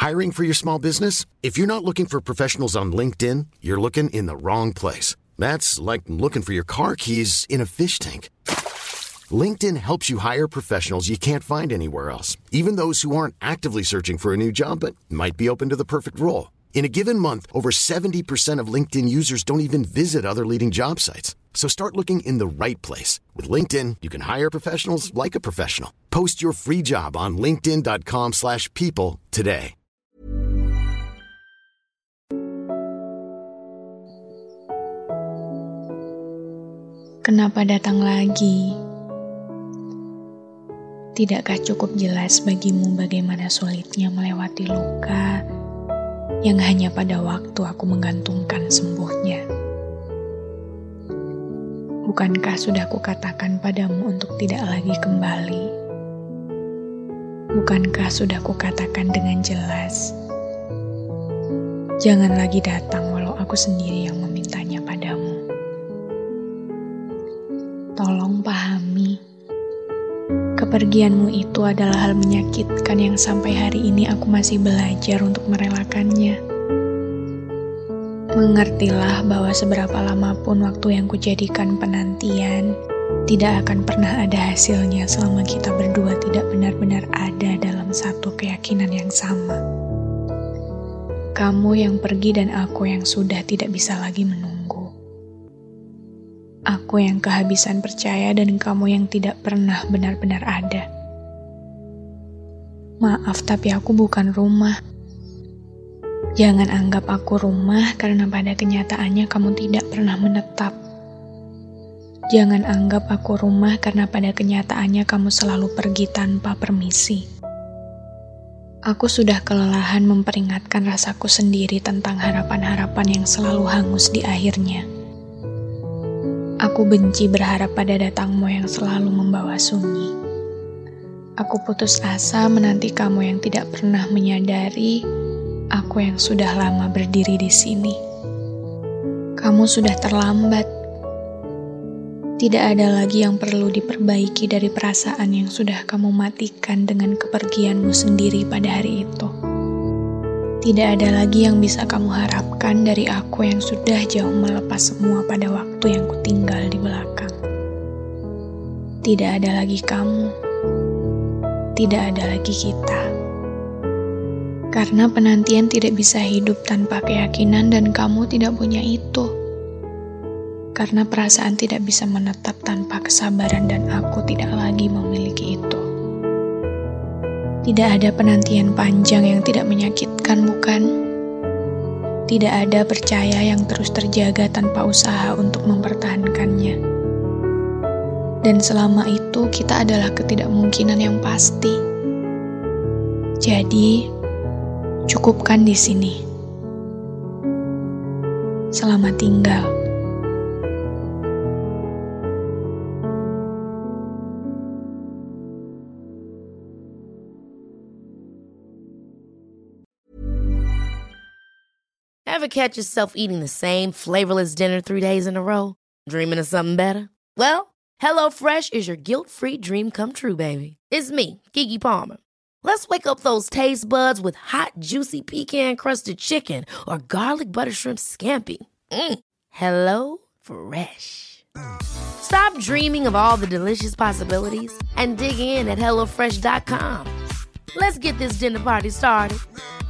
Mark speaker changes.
Speaker 1: Hiring for your small business? If you're not looking for professionals on LinkedIn, you're looking in the wrong place. That's like looking for your car keys in a fish tank. LinkedIn helps you hire professionals you can't find anywhere else, even those who aren't actively searching for a new job but might be open to the perfect role. In a given month, over 70% of LinkedIn users don't even visit other leading job sites. So start looking in the right place. With LinkedIn, you can hire professionals like a professional. Post your free job on linkedin.com/people today.
Speaker 2: Kenapa datang lagi? Tidakkah cukup jelas bagimu bagaimana sulitnya melewati luka yang hanya pada waktu aku menggantungkan sembuhnya? Bukankah sudah kukatakan padamu untuk tidak lagi kembali? Bukankah sudah kukatakan dengan jelas, jangan lagi datang walau aku sendiri yang memintanya padamu? Tolong pahami, kepergianmu itu adalah hal menyakitkan yang sampai hari ini aku masih belajar untuk merelakannya. Mengertilah bahwa seberapa lama pun waktu yang kujadikan penantian, tidak akan pernah ada hasilnya selama kita berdua tidak benar-benar ada dalam satu keyakinan yang sama. Kamu yang pergi dan aku yang sudah tidak bisa lagi menunggu. Aku yang kehabisan percaya dan kamu yang tidak pernah benar-benar ada. Maaf, tapi aku bukan rumah. Jangan anggap aku rumah karena pada kenyataannya kamu tidak pernah menetap. Jangan anggap aku rumah karena pada kenyataannya kamu selalu pergi tanpa permisi. Aku sudah kelelahan memperingatkan rasaku sendiri tentang harapan-harapan yang selalu hangus di akhirnya. Aku benci berharap pada datangmu yang selalu membawa sunyi. Aku putus asa menanti kamu yang tidak pernah menyadari aku yang sudah lama berdiri di sini. Kamu sudah terlambat. Tidak ada lagi yang perlu diperbaiki dari perasaan yang sudah kamu matikan dengan kepergianmu sendiri pada hari itu. Tidak ada lagi yang bisa kamu harapkan dari aku yang sudah jauh melepas semua pada waktu yang kutinggal di belakang. Tidak ada lagi kamu. Tidak ada lagi kita. Karena penantian tidak bisa hidup tanpa keyakinan dan kamu tidak punya itu. Karena perasaan tidak bisa menetap tanpa kesabaran dan aku tidak lagi memiliki itu. Tidak ada penantian panjang yang tidak menyakitkan, bukan? Tidak ada percaya yang terus terjaga tanpa usaha untuk mempertahankannya. Dan selama itu kita adalah ketidakmungkinan yang pasti. Jadi, cukupkan di sini. Selamat tinggal.
Speaker 3: Ever catch yourself eating the same flavorless dinner 3 days in a row? Dreaming of something better? Well, HelloFresh is your guilt-free dream come true, baby. It's me, Keke Palmer. Let's wake up those taste buds with hot, juicy pecan-crusted chicken or garlic butter shrimp scampi. Hello Fresh. Stop dreaming of all the delicious possibilities and dig in at HelloFresh.com. Let's get this dinner party started.